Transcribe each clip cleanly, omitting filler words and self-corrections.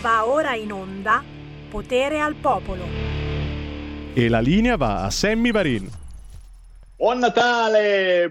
Va ora in onda Potere al Popolo. E la linea va a Sammy Varin. Buon Natale,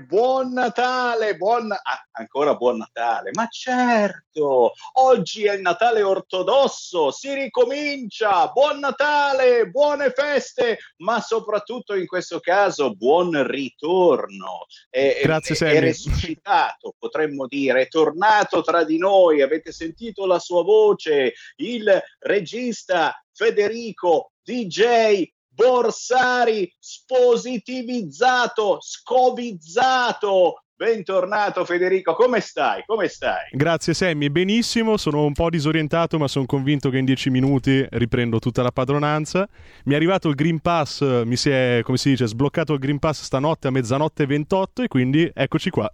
ancora buon Natale, ma certo, oggi è il Natale ortodosso, si ricomincia, buon Natale, buone feste, ma soprattutto in questo caso buon ritorno. Grazie Sammy. È resuscitato, potremmo dire, è tornato tra di noi, avete sentito la sua voce, il regista Federico DJ Borsari, spositivizzato, scovizzato. Bentornato Federico, come stai? Grazie Sammy, benissimo, sono un po' disorientato ma sono convinto che in 10 minuti riprendo tutta la padronanza. Mi è arrivato il Green Pass, mi si è, come si dice, sbloccato il Green Pass stanotte a 00:28 e quindi eccoci qua.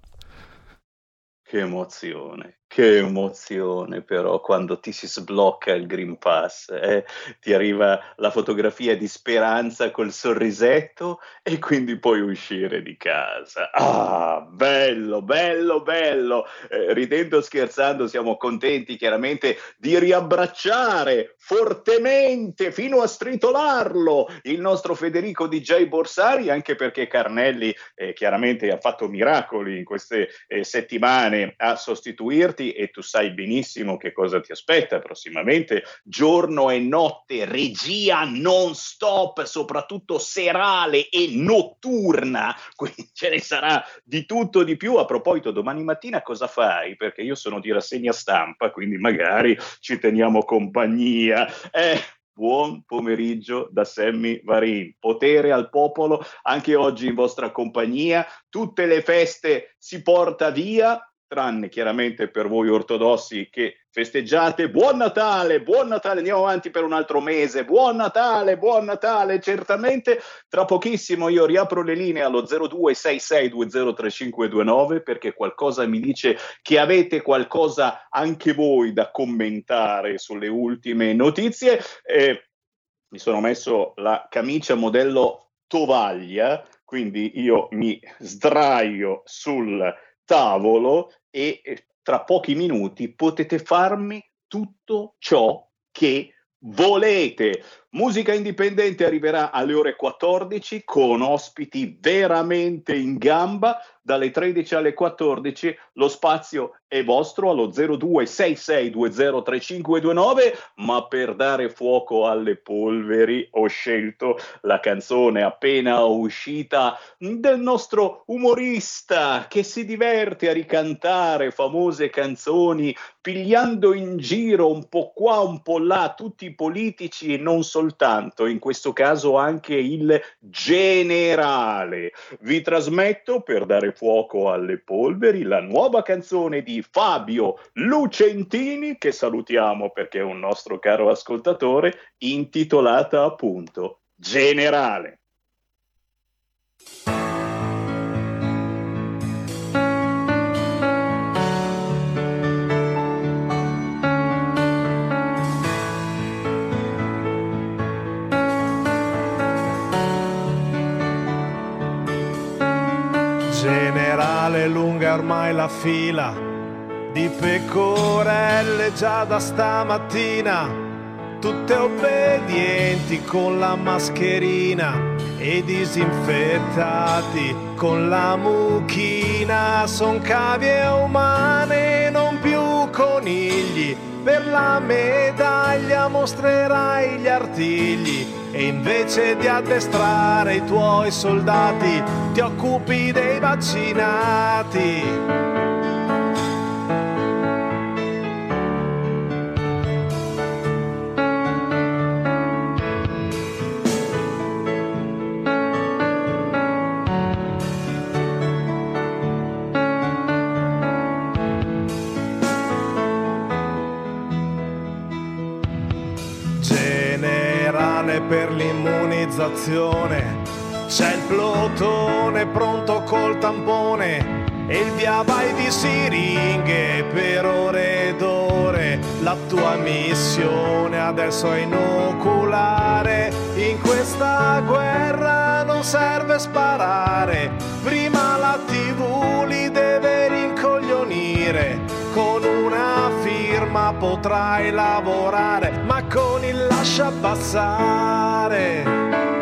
Che emozione però quando ti si sblocca il Green Pass, ti arriva la fotografia di Speranza col sorrisetto e quindi puoi uscire di casa. Ah, bello. Ridendo, scherzando, siamo contenti chiaramente di riabbracciare fortemente fino a stritolarlo il nostro Federico DJ Borsari, anche perché Carnelli chiaramente ha fatto miracoli in queste settimane a sostituirti e tu sai benissimo che cosa ti aspetta prossimamente, giorno e notte, regia non stop, soprattutto serale e notturna, quindi ce ne sarà di tutto di più. A proposito, domani mattina cosa fai? Perché io sono di rassegna stampa, quindi magari ci teniamo compagnia. Buon pomeriggio da Sammy Varin, potere al popolo, anche oggi in vostra compagnia, tutte le feste si porta via, tranne chiaramente per voi ortodossi che festeggiate. Buon Natale, andiamo avanti per un altro mese, buon Natale, certamente. Tra pochissimo io riapro le linee allo 0266203529 perché qualcosa mi dice che avete qualcosa anche voi da commentare sulle ultime notizie. Mi sono messo la camicia modello tovaglia, quindi io mi sdraio sul tavolo e tra pochi minuti potete farmi tutto ciò che volete. Musica indipendente arriverà alle ore 14 con ospiti veramente in gamba. Dalle 13 alle 14 lo spazio è vostro allo 0266203529, ma per dare fuoco alle polveri ho scelto la canzone appena uscita del nostro umorista che si diverte a ricantare famose canzoni pigliando in giro un po' qua un po' là tutti i politici e non soltanto, in questo caso anche il generale. Vi trasmetto, per dare fuoco alle polveri, la nuova canzone di Fabio Lucentini, che salutiamo perché è un nostro caro ascoltatore, intitolata appunto Generale. Generale, lunga ormai la fila di pecorelle già da stamattina, tutte obbedienti con la mascherina e disinfettati con la mucchina. Son cavie umane, non più conigli, per la medaglia mostrerai gli artigli e invece di addestrare i tuoi soldati ti occupi dei vaccinati. Per l'immunizzazione c'è il plotone pronto col tampone e il via vai di siringhe per ore ed ore. La tua missione adesso è inoculare. In questa guerra non serve sparare, prima la TV li deve rincoglionire riunire, con una firma potrai lavorare, ma con il lascia passare.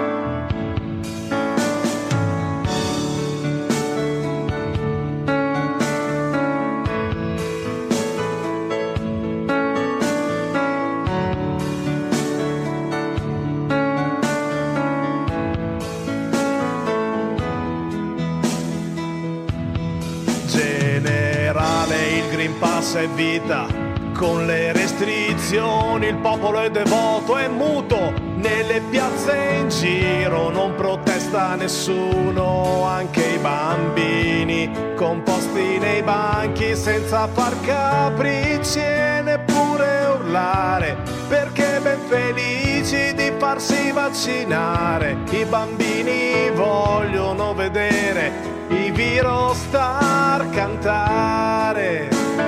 Green Pass è vita, con le restrizioni il popolo è devoto e muto, nelle piazze in giro non protesta nessuno, anche i bambini composti nei banchi senza far capricci e neppure urlare, perché ben felici di farsi vaccinare, i bambini vogliono vedere i Virostar cantare.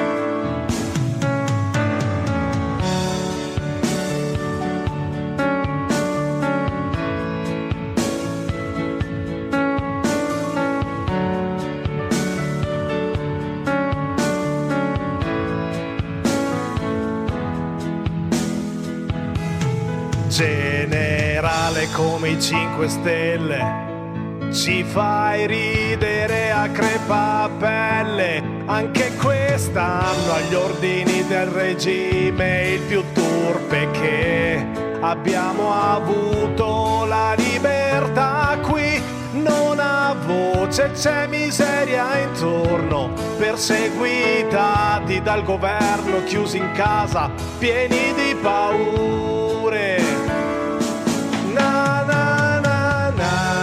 Generale come i 5 Stelle, ci fai ridere a crepapelle, anche quest'anno agli ordini del regime, il più turpe che abbiamo avuto, la libertà qui non ha voce, c'è miseria intorno, perseguitati dal governo, chiusi in casa, pieni di paure. Na na na na.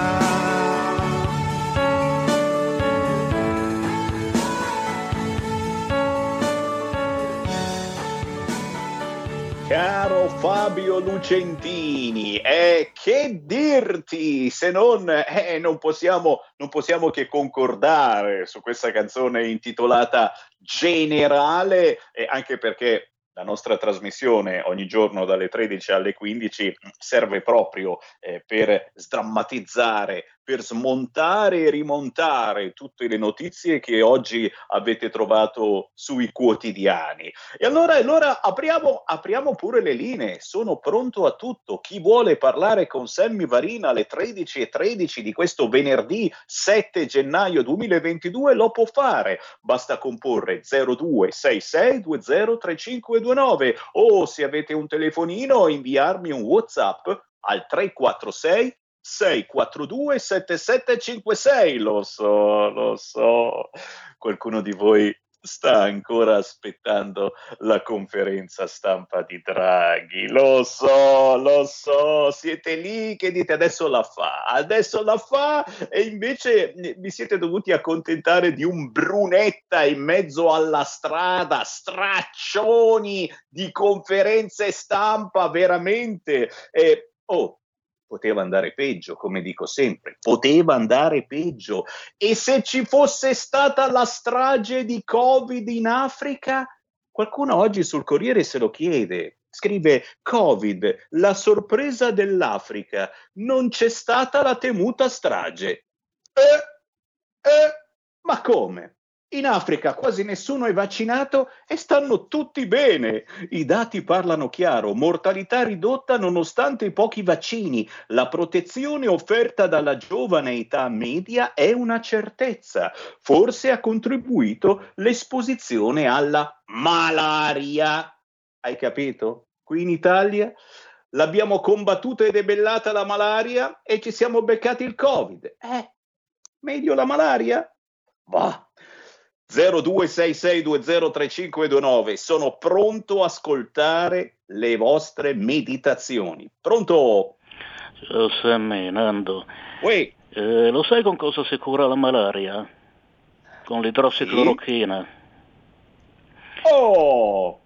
Caro Fabio Lucentini, che dirti se non possiamo che concordare su questa canzone intitolata Generale, anche perché la nostra trasmissione ogni giorno dalle 13 alle 15 serve proprio per sdrammatizzare, per smontare e rimontare tutte le notizie che oggi avete trovato sui quotidiani. E allora apriamo pure le linee, sono pronto a tutto. Chi vuole parlare con Sammy Varina alle 13:13 di questo venerdì 7 gennaio 2022 lo può fare, basta comporre 0266203529 o se avete un telefonino inviarmi un WhatsApp al 346 642 7756. Lo so, qualcuno di voi sta ancora aspettando la conferenza stampa di Draghi, lo so, siete lì che dite adesso la fa e invece vi siete dovuti accontentare di un Brunetta in mezzo alla strada, straccioni di conferenze stampa, veramente. Poteva andare peggio, come dico sempre, poteva andare peggio. E se ci fosse stata la strage di Covid in Africa? Qualcuno oggi sul Corriere se lo chiede. Scrive: Covid, la sorpresa dell'Africa, non c'è stata la temuta strage. Ma come? In Africa quasi nessuno è vaccinato e stanno tutti bene. I dati parlano chiaro, mortalità ridotta nonostante i pochi vaccini. La protezione offerta dalla giovane età media è una certezza. Forse ha contribuito l'esposizione alla malaria. Hai capito? Qui in Italia l'abbiamo combattuta e debellata la malaria e ci siamo beccati il Covid. Meglio la malaria? Bah. 0266203529, sono pronto a ascoltare le vostre meditazioni. Pronto? Ciao Sammy, Nando. Uè. Lo sai con cosa si cura la malaria? Con l'idrossiclorochina. Sì? Oh!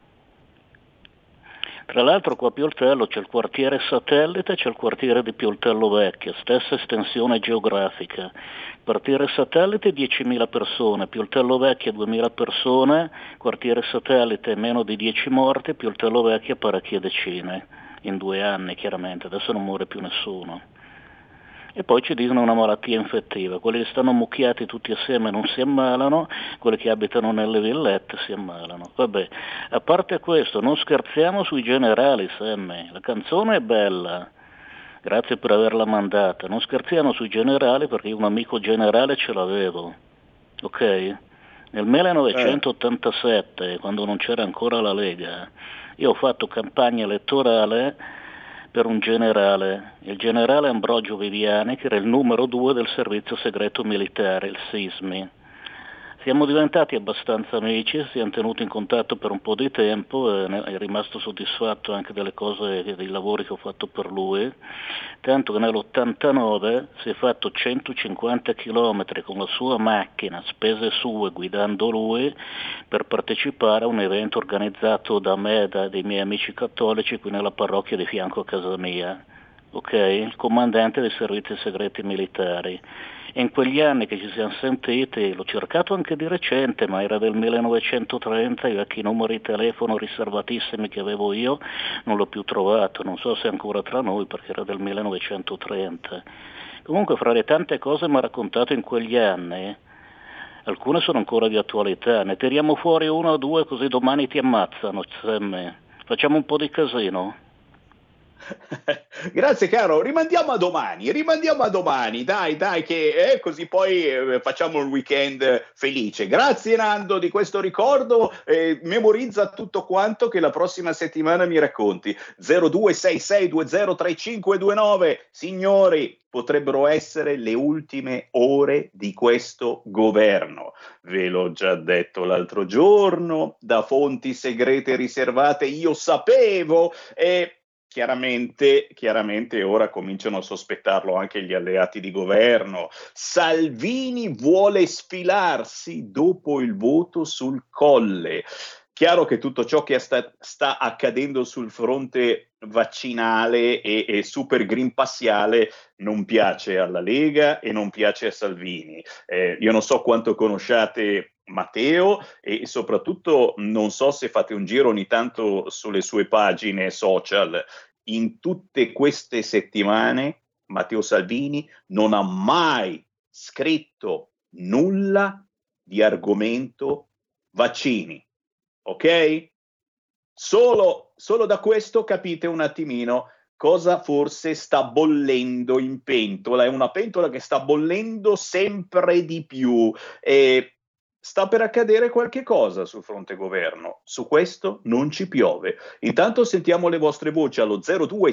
Tra l'altro qua a Pioltello c'è il quartiere satellite, c'è il quartiere di Pioltello Vecchio, stessa estensione geografica. Quartiere satellite 10.000 persone, Pioltello Vecchio 2.000 persone, quartiere satellite meno di 10 morti, Pioltello Vecchio parecchie decine, in 2 anni chiaramente, adesso non muore più nessuno. e poi ci dicono una malattia infettiva. Quelli che stanno ammucchiati tutti assieme non si ammalano, quelli che abitano nelle villette si ammalano. Vabbè, a parte questo, non scherziamo sui generali, Sammy, la canzone è bella, grazie per averla mandata, non scherziamo sui generali perché io un amico generale ce l'avevo, ok? Nel 1987, quando non c'era ancora la Lega, io ho fatto campagna elettorale per un generale, il generale Ambrogio Viviani, che era il numero 2 del servizio segreto militare, il SISMI. Siamo diventati abbastanza amici, siamo tenuti in contatto per un po' di tempo, è rimasto soddisfatto anche delle cose, dei lavori che ho fatto per lui, tanto che nell'89 si è fatto 150 km con la sua macchina, spese sue, guidando lui, per partecipare a un evento organizzato da me e dai miei amici cattolici qui nella parrocchia di fianco a casa mia, ok? Il comandante dei servizi segreti militari. E in quegli anni che ci siamo sentiti, l'ho cercato anche di recente, ma era del 1930, i vecchi numeri di telefono riservatissimi che avevo io, non l'ho più trovato, non so se è ancora tra noi perché era del 1930. Comunque fra le tante cose mi ha raccontato in quegli anni, alcune sono ancora di attualità, ne tiriamo fuori una o due così domani ti ammazzano, facciamo un po' di casino. Grazie caro, rimandiamo a domani, dai che così poi facciamo un weekend felice. Grazie Nando di questo ricordo, memorizza tutto quanto che la prossima settimana mi racconti. 0266203529. Signori, potrebbero essere le ultime ore di questo governo, ve l'ho già detto l'altro giorno, da fonti segrete riservate io sapevo, e Chiaramente ora cominciano a sospettarlo anche gli alleati di governo. Salvini vuole sfilarsi dopo il voto sul Colle. Chiaro che tutto ciò che sta accadendo sul fronte vaccinale e super green passiale non piace alla Lega e non piace a Salvini. Io non so quanto conosciate Matteo e soprattutto non so se fate un giro ogni tanto sulle sue pagine social. In tutte queste settimane Matteo Salvini non ha mai scritto nulla di argomento vaccini, ok? Solo da questo capite un attimino cosa forse sta bollendo in pentola. È una pentola che sta bollendo sempre di più e sta per accadere qualche cosa sul fronte governo. Su questo non ci piove. Intanto sentiamo le vostre voci allo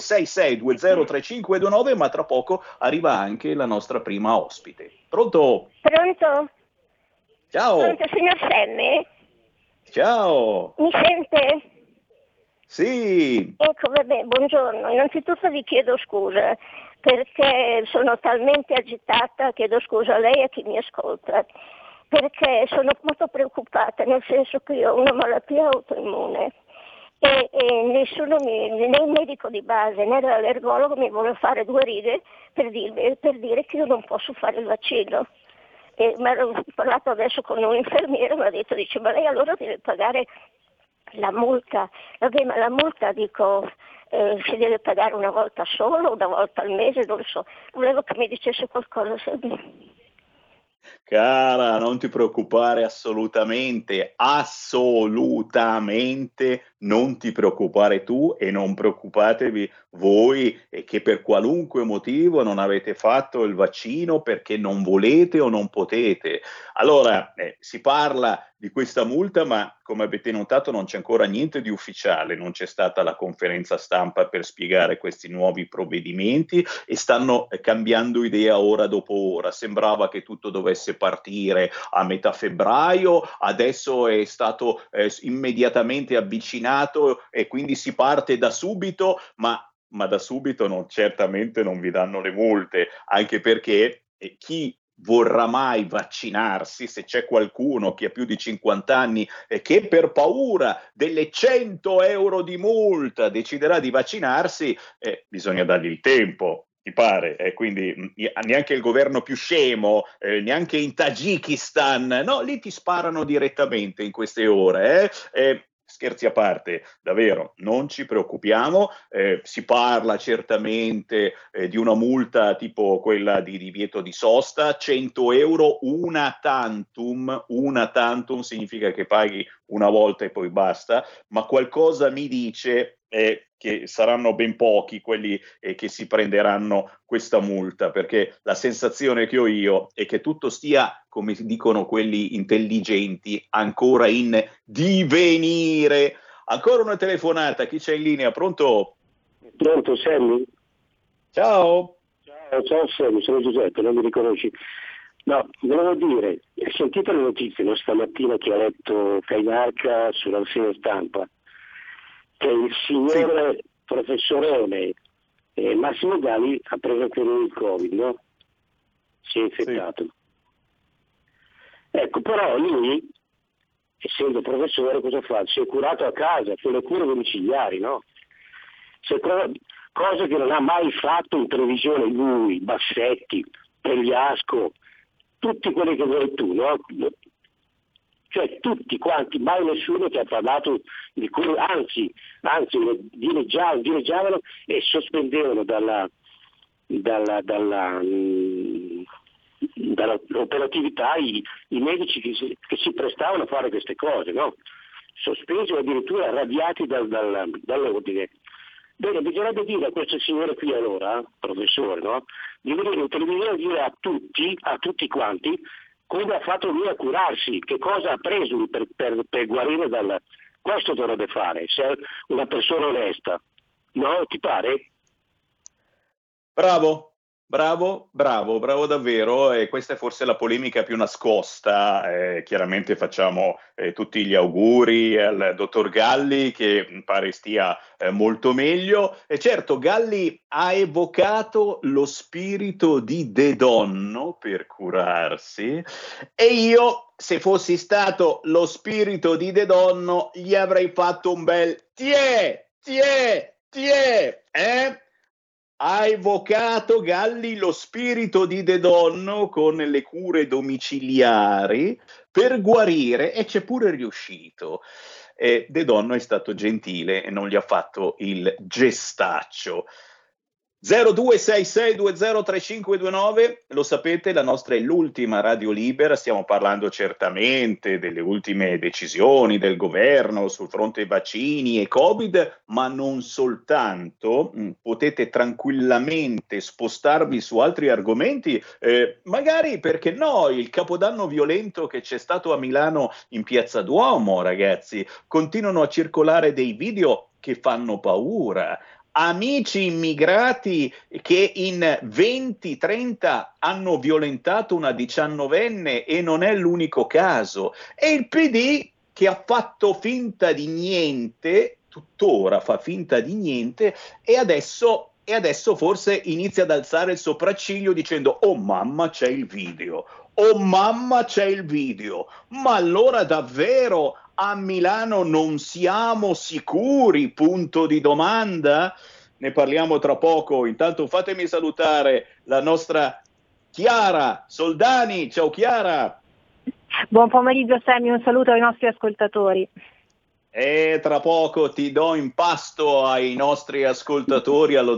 0266203529, ma tra poco arriva anche la nostra prima ospite. Pronto? Pronto? Ciao. Pronto, signor Sammy? Ciao. Mi sente? Sì. Ecco, vabbè, buongiorno. Innanzitutto vi chiedo scusa perché sono talmente agitata, chiedo scusa a lei e a chi mi ascolta, perché sono molto preoccupata, nel senso che io ho una malattia autoimmune e nessuno né il medico di base né l'allergologo mi vuole fare due righe per dire che io non posso fare il vaccino. Ma ho parlato adesso con un infermiere, mi ha detto, dice, ma lei allora deve pagare la multa. Vabbè, ma la multa, dico, si deve pagare una volta solo, una volta al mese, non lo so. Volevo che mi dicesse qualcosa, Sammy. Cara, non ti preoccupare assolutamente non ti preoccupare tu e non preoccupatevi voi che per qualunque motivo non avete fatto il vaccino perché non volete o non potete. Allora, si parla di questa multa, ma come avete notato non c'è ancora niente di ufficiale, non c'è stata la conferenza stampa per spiegare questi nuovi provvedimenti e stanno cambiando idea ora dopo ora. Sembrava che tutto dovesse partire a metà febbraio, adesso è stato immediatamente avvicinato e quindi si parte da subito, ma da subito certamente non vi danno le multe, anche perché chi vorrà mai vaccinarsi, se c'è qualcuno che ha più di 50 anni che per paura delle 100 euro di multa deciderà di vaccinarsi, bisogna dargli il tempo. Mi pare, quindi neanche il governo più scemo, neanche in Tagikistan, no, lì ti sparano direttamente in queste ore. scherzi a parte, davvero, non ci preoccupiamo, si parla certamente di una multa tipo quella di divieto di sosta, 100 euro una tantum significa che paghi una volta e poi basta, ma qualcosa mi dice che saranno ben pochi quelli che si prenderanno questa multa, perché la sensazione che ho io è che tutto stia, come dicono quelli intelligenti, ancora in divenire. Ancora una telefonata, chi c'è in linea? Pronto? Pronto, Sammy? Ciao. Ciao Sammy, sono Giuseppe, non mi riconosci? No, volevo dire, hai sentito le notizie stamattina che ha letto Cainarca sulla rassegna stampa? Che il signore professorone Massimo Galli ha preso anche lui il Covid, no? Si è infettato. Sì. Ecco, però lui, essendo professore, cosa fa? Si è curato a casa, con le cure domiciliari, no? Cosa che non ha mai fatto in televisione lui, Bassetti, Pregliasco, tutti quelli che vuoi tu, no? Cioè tutti quanti, mai nessuno che ha parlato di cure, anzi dileggiavano e sospendevano dall'operatività i medici che si prestavano a fare queste cose, no? Sospesi o addirittura arrabbiati dall'ordine. Bene, bisognerebbe dire a questo signore qui allora, professore, no? Di venire in televisione e dire a tutti quanti come ha fatto lui a curarsi, che cosa ha preso per guarire Questo dovrebbe fare, se è una persona onesta. No, ti pare? Bravo davvero, e questa è forse la polemica più nascosta. Chiaramente facciamo tutti gli auguri al dottor Galli, che pare stia molto meglio. E certo, Galli ha evocato lo spirito di De Donno per curarsi, e io, se fossi stato lo spirito di De Donno, gli avrei fatto un bel tiè, Ha evocato Galli lo spirito di De Donno con le cure domiciliari per guarire, e c'è pure riuscito. De Donno è stato gentile e non gli ha fatto il gestaccio. 0266203529, lo sapete, la nostra è l'ultima radio libera, stiamo parlando certamente delle ultime decisioni del governo sul fronte vaccini e Covid, ma non soltanto. Potete tranquillamente spostarvi su altri argomenti, magari, perché no, il capodanno violento che c'è stato a Milano in Piazza Duomo, ragazzi, continuano a circolare dei video che fanno paura. Amici immigrati che in 20-30 hanno violentato una 19enne, e non è l'unico caso. E il PD che ha fatto finta di niente, tuttora fa finta di niente, e adesso forse inizia ad alzare il sopracciglio dicendo: oh mamma, c'è il video. Ma allora davvero a Milano non siamo sicuri? Punto di domanda. Ne parliamo tra poco. Intanto fatemi salutare la nostra Chiara Soldani. Ciao Chiara. Buon pomeriggio Sammy, un saluto ai nostri ascoltatori. E tra poco ti do in pasto ai nostri ascoltatori allo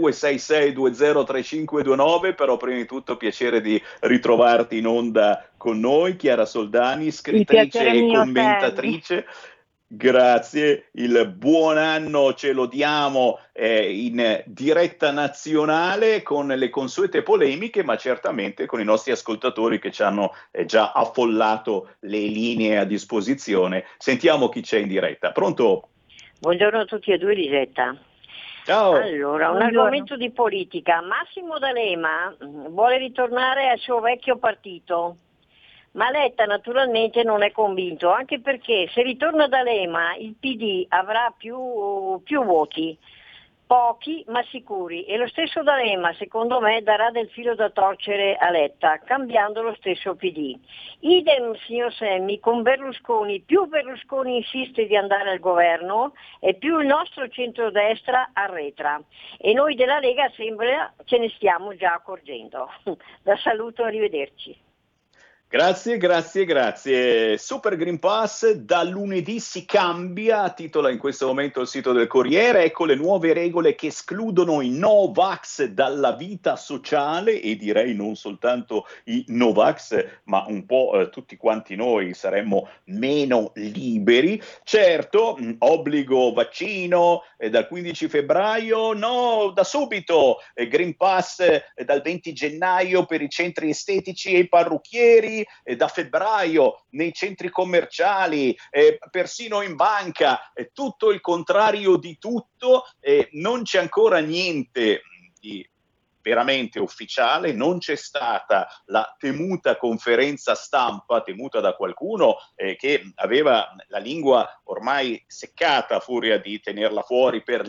0266203529, però prima di tutto piacere di ritrovarti in onda con noi, Chiara Soldani, scrittrice e commentatrice. Grazie, il buon anno ce lo diamo in diretta nazionale con le consuete polemiche, ma certamente con i nostri ascoltatori che ci hanno già affollato le linee a disposizione. Sentiamo chi c'è in diretta. Pronto? Buongiorno a tutti e due, Lisetta. Ciao. Allora, un argomento di politica. Massimo D'Alema vuole ritornare al suo vecchio partito. Ma Letta naturalmente non è convinto, anche perché se ritorna D'Alema il PD avrà più voti, pochi ma sicuri, e lo stesso D'Alema secondo me darà del filo da torcere a Letta, cambiando lo stesso PD. Idem, signor Semmi, con Berlusconi. Più Berlusconi insiste di andare al governo e più il nostro centrodestra arretra, e noi della Lega sembra ce ne stiamo già accorgendo. La saluto, arrivederci. Grazie. Super Green Pass, da lunedì si cambia, titola in questo momento il sito del Corriere. Ecco le nuove regole che escludono i Novax dalla vita sociale, e direi non soltanto i Novax, ma un po' tutti quanti noi saremmo meno liberi. Certo, obbligo vaccino dal 15 febbraio, no, da subito, Green Pass dal 20 gennaio per i centri estetici e i parrucchieri, da febbraio nei centri commerciali, persino in banca, tutto il contrario di tutto. Non c'è ancora niente di veramente ufficiale, non c'è stata la temuta conferenza stampa, temuta da qualcuno che aveva la lingua ormai seccata a furia di tenerla fuori per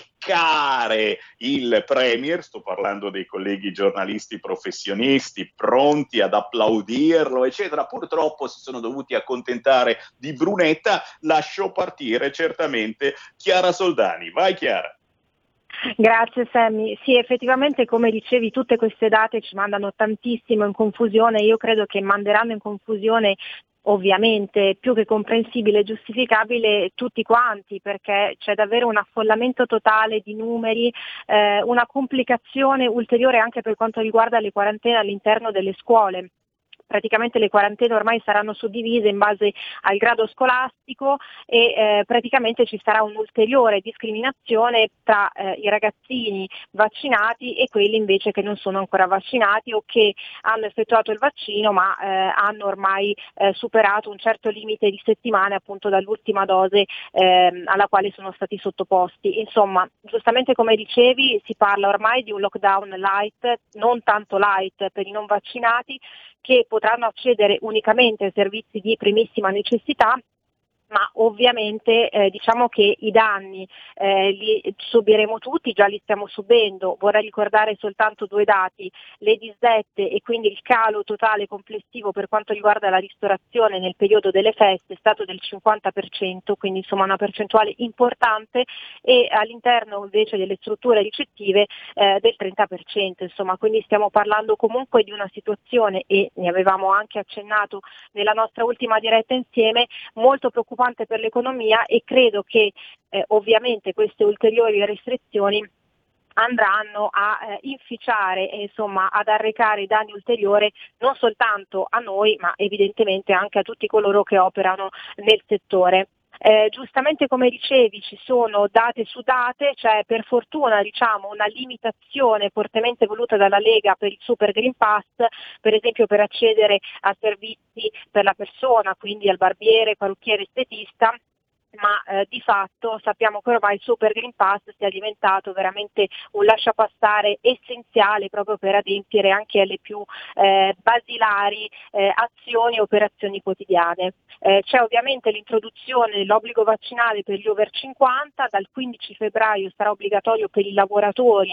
leccare il Premier. Sto parlando dei colleghi giornalisti professionisti pronti ad applaudirlo, eccetera. Purtroppo si sono dovuti accontentare di Brunetta. Lascio partire certamente Chiara Soldani. Vai Chiara. Grazie Sammy. Sì, effettivamente come dicevi tutte queste date ci mandano tantissimo in confusione. Io credo che manderanno in confusione, ovviamente più che comprensibile e giustificabile, tutti quanti, perché c'è davvero un affollamento totale di numeri, una complicazione ulteriore anche per quanto riguarda le quarantene all'interno delle scuole. Praticamente le quarantene ormai saranno suddivise in base al grado scolastico e praticamente ci sarà un'ulteriore discriminazione tra i ragazzini vaccinati e quelli invece che non sono ancora vaccinati o che hanno effettuato il vaccino ma hanno ormai superato un certo limite di settimane appunto dall'ultima dose alla quale sono stati sottoposti. Insomma, giustamente come dicevi, si parla ormai di un lockdown light, non tanto light per i non vaccinati, che potranno accedere unicamente ai servizi di primissima necessità, ma ovviamente diciamo che i danni li subiremo tutti, già li stiamo subendo. Vorrei ricordare soltanto due dati: le disdette e quindi il calo totale complessivo per quanto riguarda la ristorazione nel periodo delle feste è stato del 50%, quindi insomma una percentuale importante, e all'interno invece delle strutture ricettive del 30%, insomma, quindi stiamo parlando comunque di una situazione, e ne avevamo anche accennato nella nostra ultima diretta insieme, molto preoccupante per l'economia, e credo che ovviamente queste ulteriori restrizioni andranno a inficiare e insomma ad arrecare danni ulteriori non soltanto a noi ma evidentemente anche a tutti coloro che operano nel settore. Giustamente come dicevi ci sono date su date, c'è per fortuna diciamo una limitazione fortemente voluta dalla Lega per il Super Green Pass, per esempio per accedere a servizi per la persona, quindi al barbiere, parrucchiere, estetista, ma di fatto sappiamo che ormai il Super Green Pass sia diventato veramente un lasciapassare essenziale proprio per adempiere anche alle più basilari azioni e operazioni quotidiane. C'è ovviamente l'introduzione dell'obbligo vaccinale per gli over 50, dal 15 febbraio sarà obbligatorio per i lavoratori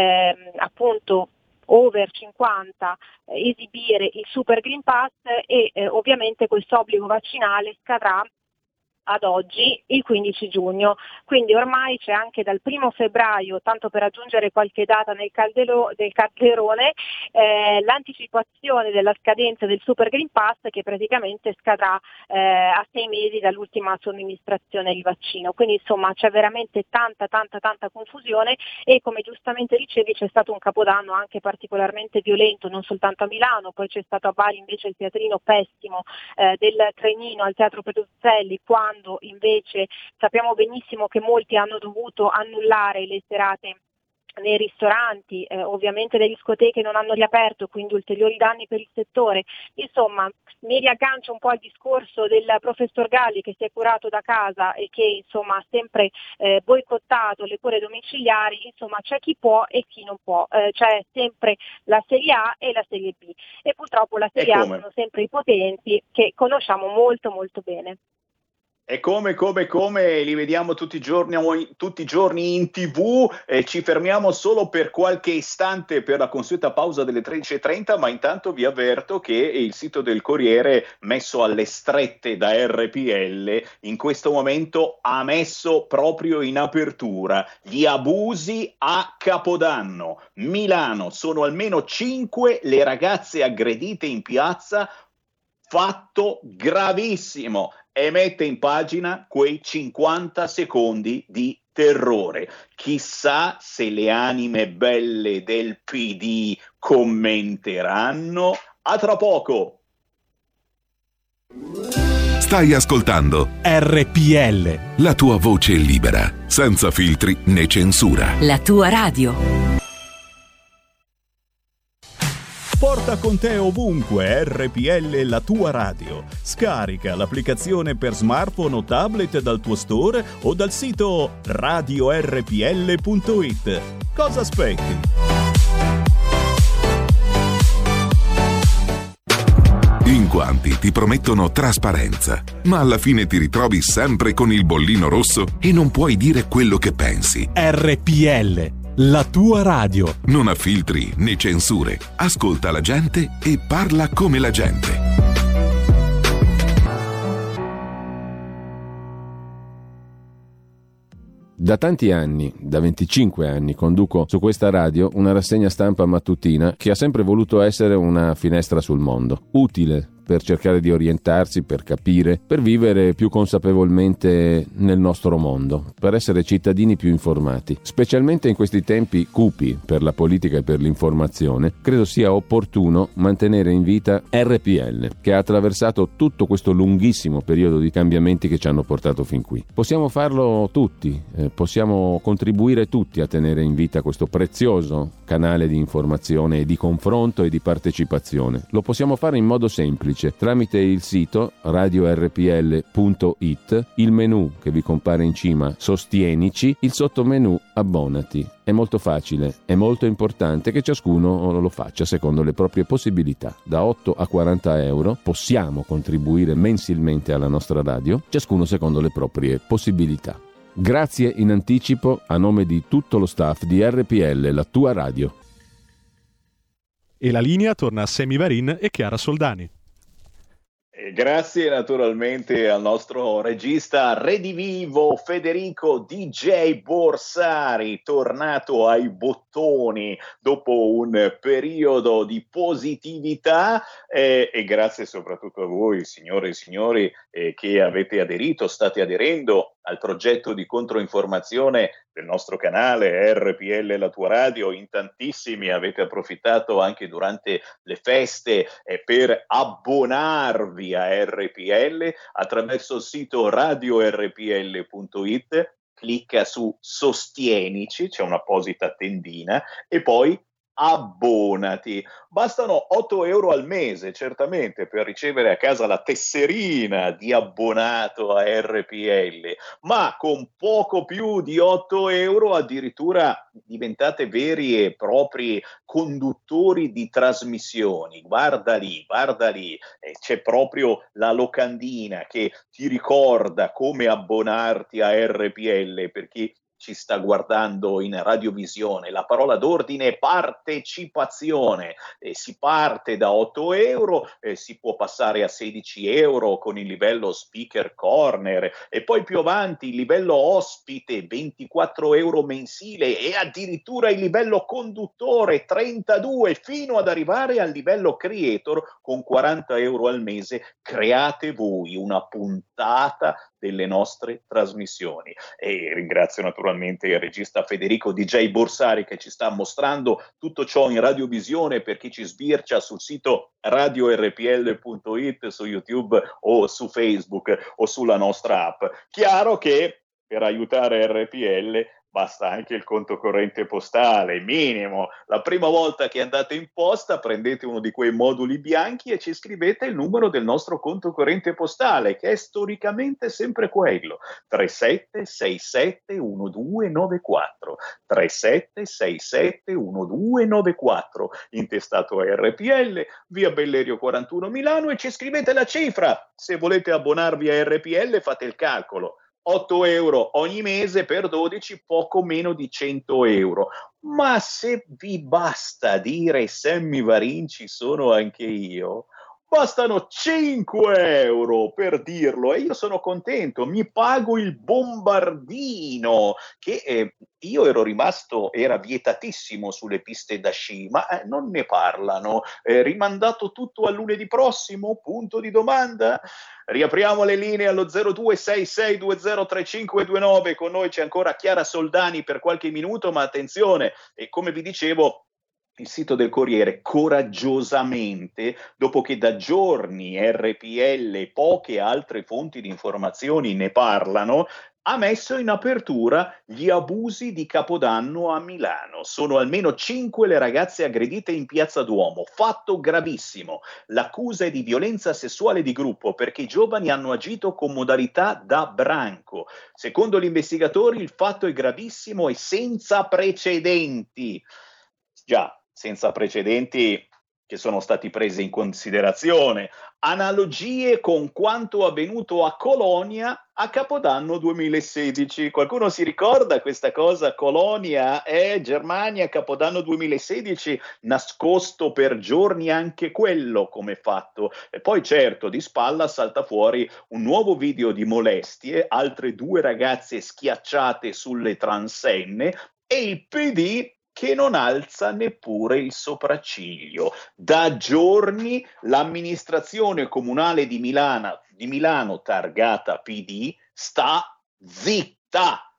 appunto over 50 esibire il Super Green Pass e ovviamente questo obbligo vaccinale scadrà ad oggi il 15 giugno, quindi ormai c'è anche dal 1 febbraio, tanto per aggiungere qualche data del calderone, l'anticipazione della scadenza del Super Green Pass, che praticamente scadrà a 6 mesi dall'ultima somministrazione di vaccino. Quindi insomma c'è veramente tanta confusione, e come giustamente dicevi c'è stato un capodanno anche particolarmente violento, non soltanto a Milano, poi c'è stato a Bari invece il teatrino pessimo del Trenino al Teatro Petruzzelli, quando invece sappiamo benissimo che molti hanno dovuto annullare le serate nei ristoranti, ovviamente le discoteche non hanno riaperto, quindi ulteriori danni per il settore. Insomma, mi riaggancio un po' al discorso del professor Galli, che si è curato da casa e che insomma ha sempre boicottato le cure domiciliari. Insomma, c'è chi può e chi non può, c'è sempre la Serie A e la Serie B, e purtroppo la Serie A sono sempre i potenti, che conosciamo molto bene. E come li vediamo tutti i giorni in TV. Ci fermiamo solo per qualche istante per la consueta pausa delle 13:30, ma intanto vi avverto che il sito del Corriere, messo alle strette da RPL, in questo momento ha messo proprio in apertura gli abusi a Capodanno. Milano, sono almeno 5 le ragazze aggredite in piazza fatto gravissimo, e mette in pagina quei 50 secondi di terrore. Chissà se le anime belle del PD commenteranno. A tra poco. Stai ascoltando RPL, la tua voce libera, senza filtri né censura. La tua radio. Porta con te ovunque RPL, la tua radio. Scarica l'applicazione per smartphone o tablet dal tuo store o dal sito radiorpl.it. Cosa aspetti? In quanti ti promettono trasparenza, ma alla fine ti ritrovi sempre con il bollino rosso e non puoi dire quello che pensi. RPL, la tua radio. Non ha filtri né censure. Ascolta la gente e parla come la gente. Da tanti anni, da 25 anni, conduco su questa radio una rassegna stampa mattutina che ha sempre voluto essere una finestra sul mondo, utile per cercare di orientarsi, per capire, per vivere più consapevolmente nel nostro mondo, per essere cittadini più informati. Specialmente in questi tempi cupi per la politica e per l'informazione, credo sia opportuno mantenere in vita RPL, che ha attraversato tutto questo lunghissimo periodo di cambiamenti che ci hanno portato fin qui. Possiamo farlo tutti, possiamo contribuire tutti a tenere in vita questo prezioso canale di informazione e di confronto e di partecipazione. Lo possiamo fare in modo semplice, tramite il sito radiorpl.it, il menu che vi compare in cima Sostienici, il sottomenu Abbonati. È molto facile, è molto importante che ciascuno lo faccia secondo le proprie possibilità. Da 8 a 40 euro possiamo contribuire mensilmente alla nostra radio, ciascuno secondo le proprie possibilità. Grazie in anticipo a nome di tutto lo staff di RPL, la tua radio. E la linea torna a Sammy Varin e Chiara Soldani. Grazie naturalmente al nostro regista redivivo Federico DJ Borsari, tornato ai bottoni dopo un periodo di positività, e grazie soprattutto a voi signore e signori che avete aderito, state aderendo al progetto di controinformazione del nostro canale RPL La Tua Radio. In tantissimi avete approfittato anche durante le feste per abbonarvi a RPL attraverso il sito radiorpl.it. Clicca su Sostienici, c'è un'apposita tendina, e poi abbonati. Bastano 8 euro al mese, certamente, per ricevere a casa la tesserina di abbonato a RPL, ma con poco più di 8 euro addirittura diventate veri e propri conduttori di trasmissioni. Guarda lì, c'è proprio la locandina che ti ricorda come abbonarti a RPL per chi ci sta guardando in radiovisione. La parola d'ordine è partecipazione. Si parte da 8 euro, si può passare a 16 euro con il livello speaker corner, e poi più avanti il livello ospite 24 euro mensile, e addirittura il livello conduttore 32, fino ad arrivare al livello creator con 40 euro al mese. Create voi una puntata delle nostre trasmissioni. E ringrazio naturalmente il regista Federico DJ Borsari che ci sta mostrando tutto ciò in radiovisione per chi ci sbircia sul sito radiorpl.it, su YouTube o su Facebook o sulla nostra app. Chiaro che per aiutare RPL basta anche il conto corrente postale, minimo. La prima volta che andate in posta prendete uno di quei moduli bianchi e ci scrivete il numero del nostro conto corrente postale, che è storicamente sempre quello: 37671294, 37671294, intestato a RPL, via Bellerio 41 Milano, e ci scrivete la cifra. Se volete abbonarvi a RPL fate il calcolo: 8 euro ogni mese per 12, poco meno di 100 euro. Ma se vi basta dire Sammy Varin ci sono anche io, bastano 5 euro per dirlo, e io sono contento, mi pago il bombardino che era vietatissimo sulle piste da sci, ma non ne parlano. Rimandato tutto a lunedì prossimo? Punto di domanda. Riapriamo le linee allo 0266203529. Con noi c'è ancora Chiara Soldani per qualche minuto, ma attenzione, e come vi dicevo, il sito del Corriere coraggiosamente, dopo che da giorni RPL e poche altre fonti di informazioni ne parlano, ha messo in apertura gli abusi di Capodanno a Milano. Sono almeno 5 le ragazze aggredite in Piazza Duomo. Fatto gravissimo. L'accusa è di violenza sessuale di gruppo perché i giovani hanno agito con modalità da branco. Secondo gli investigatori il fatto è gravissimo e senza precedenti. Già, senza precedenti che sono stati presi in considerazione. Analogie con quanto avvenuto a Colonia a Capodanno 2016. Qualcuno si ricorda questa cosa? Colonia, Germania, Capodanno 2016, nascosto per giorni anche quello come fatto. E poi certo, di spalla salta fuori un nuovo video di molestie, altre 2 ragazze schiacciate sulle transenne e il PD che non alza neppure il sopracciglio. Da giorni l'amministrazione comunale di Milano targata PD, sta zitta,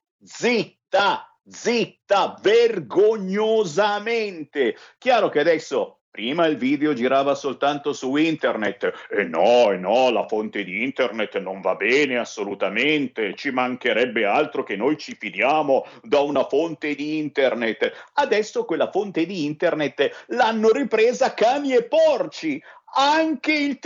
vergognosamente. Chiaro che adesso, prima il video girava soltanto su internet, e no, la fonte di internet non va bene assolutamente, ci mancherebbe altro che noi ci fidiamo da una fonte di internet. Adesso quella fonte di internet l'hanno ripresa cani e porci, anche il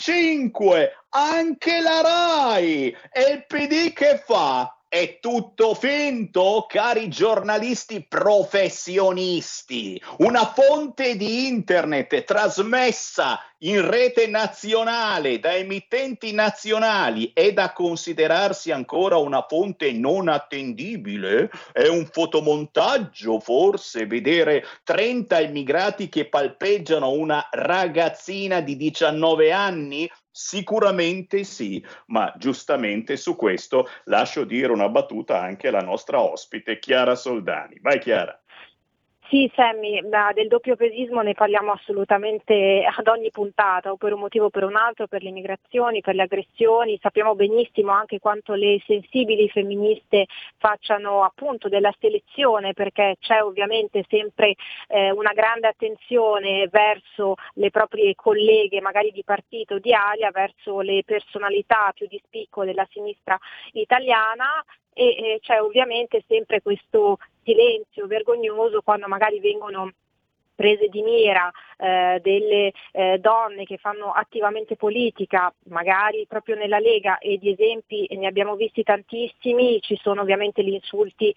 TG5, anche la Rai, e il PD che fa? È tutto finto, cari giornalisti professionisti. Una fonte di internet trasmessa in rete nazionale da emittenti nazionali è da considerarsi ancora una fonte non attendibile? È un fotomontaggio, forse, vedere 30 immigrati che palpeggiano una ragazzina di 19 anni? Sicuramente sì, ma giustamente su questo lascio dire una battuta anche alla nostra ospite Chiara Soldani. Vai Chiara. Sì, Sammy, del doppiopesismo ne parliamo assolutamente ad ogni puntata, o per un motivo o per un altro, per le migrazioni, per le aggressioni. Sappiamo benissimo anche quanto le sensibili femministe facciano appunto della selezione, perché c'è ovviamente sempre una grande attenzione verso le proprie colleghe, magari di partito, di alia, verso le personalità più di spicco della sinistra italiana. E c'è ovviamente sempre questo silenzio vergognoso quando magari vengono prese di mira delle donne che fanno attivamente politica, magari proprio nella Lega, e di esempi ne abbiamo visti tantissimi. Ci sono ovviamente gli insulti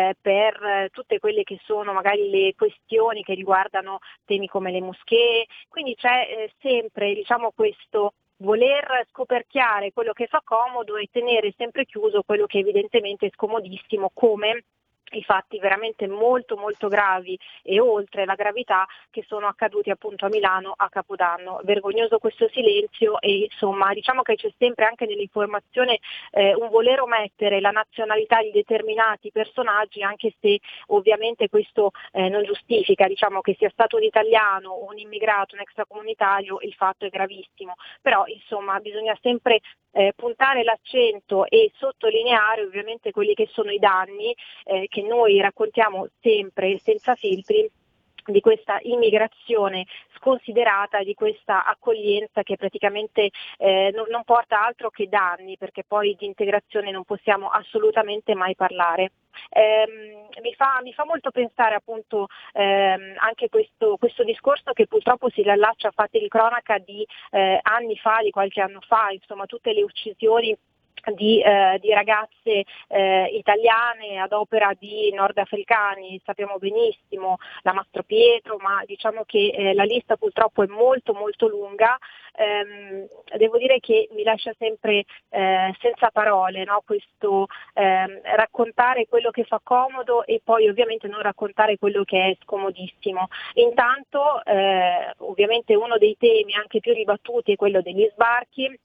per tutte quelle che sono magari le questioni che riguardano temi come le moschee, quindi c'è sempre, diciamo, questo voler scoperchiare quello che fa comodo e tenere sempre chiuso quello che evidentemente è scomodissimo, come i fatti veramente molto molto gravi e oltre la gravità che sono accaduti appunto a Milano a Capodanno. Vergognoso questo silenzio, e insomma diciamo che c'è sempre anche nell'informazione un voler omettere la nazionalità di determinati personaggi, anche se ovviamente questo non giustifica, diciamo, che sia stato un italiano, un immigrato, un extracomunitario. Il fatto è gravissimo, però insomma bisogna sempre puntare l'accento e sottolineare ovviamente quelli che sono i danni che noi raccontiamo sempre senza filtri di questa immigrazione sconsiderata, di questa accoglienza che praticamente non porta altro che danni, perché poi di integrazione non possiamo assolutamente mai parlare. Mi fa molto pensare appunto anche questo discorso che purtroppo si riallaccia a fatti di cronaca di anni fa, di qualche anno fa, insomma tutte le uccisioni di ragazze italiane ad opera di nordafricani. Sappiamo benissimo la Mastro Pietro, ma diciamo che la lista purtroppo è molto molto lunga. Devo dire che mi lascia sempre senza parole, no? Questo raccontare quello che fa comodo e poi ovviamente non raccontare quello che è scomodissimo. Intanto ovviamente uno dei temi anche più ribattuti è quello degli sbarchi.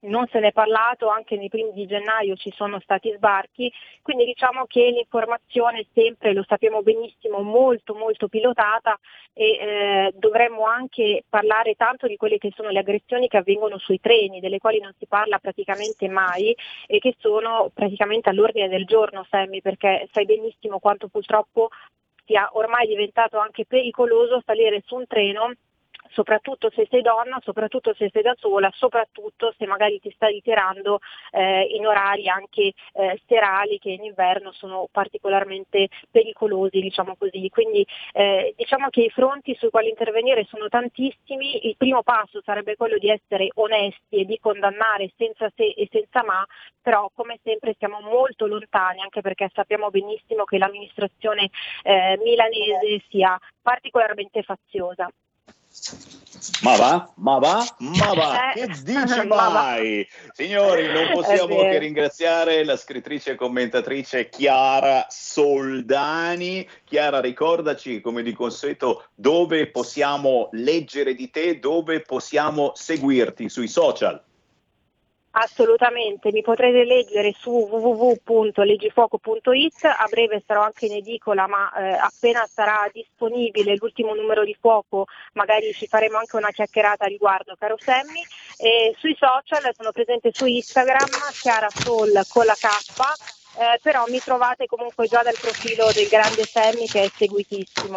non se ne è parlato, anche nei primi di gennaio ci sono stati sbarchi, quindi diciamo che l'informazione è sempre, lo sappiamo benissimo, molto molto pilotata e dovremmo anche parlare tanto di quelle che sono le aggressioni che avvengono sui treni, delle quali non si parla praticamente mai e che sono praticamente all'ordine del giorno, Sammy, perché sai benissimo quanto purtroppo sia ormai diventato anche pericoloso salire su un treno, soprattutto se sei donna, soprattutto se sei da sola, soprattutto se magari ti stai ritirando in orari anche serali, che in inverno sono particolarmente pericolosi, diciamo così. Quindi diciamo che i fronti sui quali intervenire sono tantissimi. Il primo passo sarebbe quello di essere onesti e di condannare senza se e senza ma, però come sempre siamo molto lontani, anche perché sappiamo benissimo che l'amministrazione milanese sia particolarmente faziosa. Ma va, che dice mai? Signori, non possiamo che ringraziare la scrittrice e commentatrice Chiara Soldani. Chiara, ricordaci come di consueto dove possiamo leggere di te, dove possiamo seguirti sui social. Assolutamente, mi potrete leggere su www.leggifuoco.it, a breve sarò anche in edicola, ma appena sarà disponibile l'ultimo numero di Fuoco magari ci faremo anche una chiacchierata a riguardo, caro Sammy. E sui social sono presente su Instagram, Chiara Sol con la K, però mi trovate comunque già dal profilo del grande Sammy, che è seguitissimo.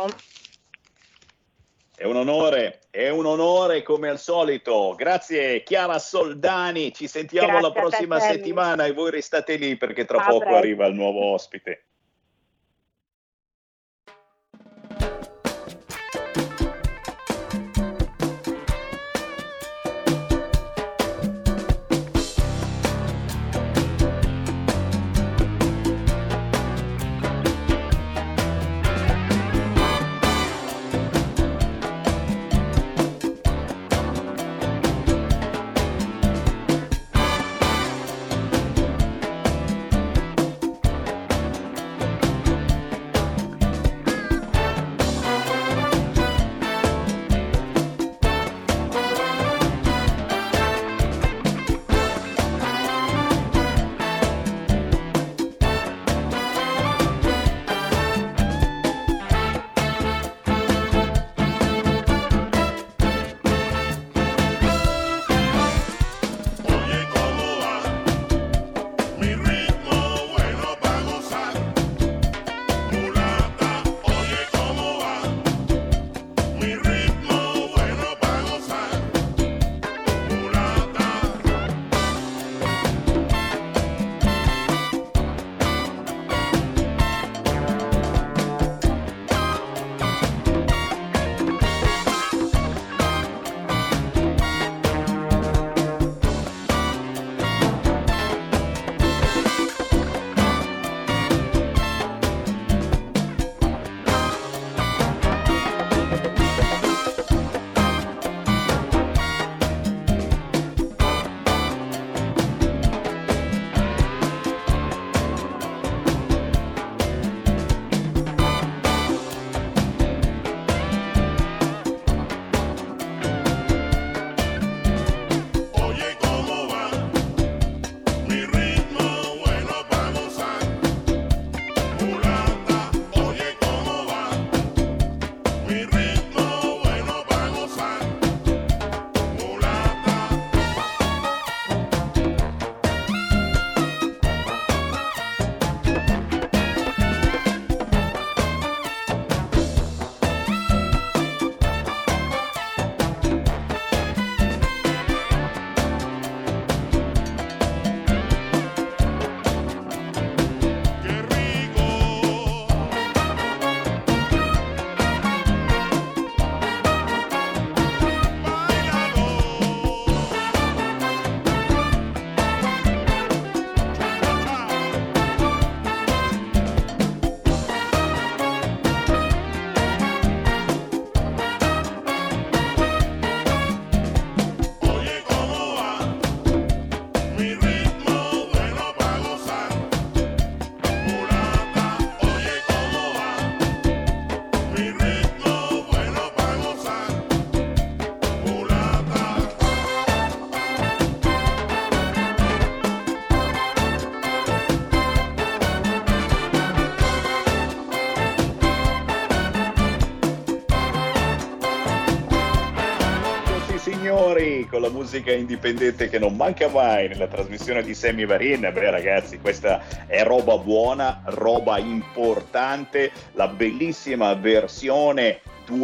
È un onore come al solito. Grazie Chiara Soldani, ci sentiamo la prossima settimana e voi restate lì perché tra poco arriva il nuovo ospite. musica indipendente che non manca mai nella trasmissione di Sammy Varin. Beh ragazzi, questa è roba buona, roba importante, la bellissima versione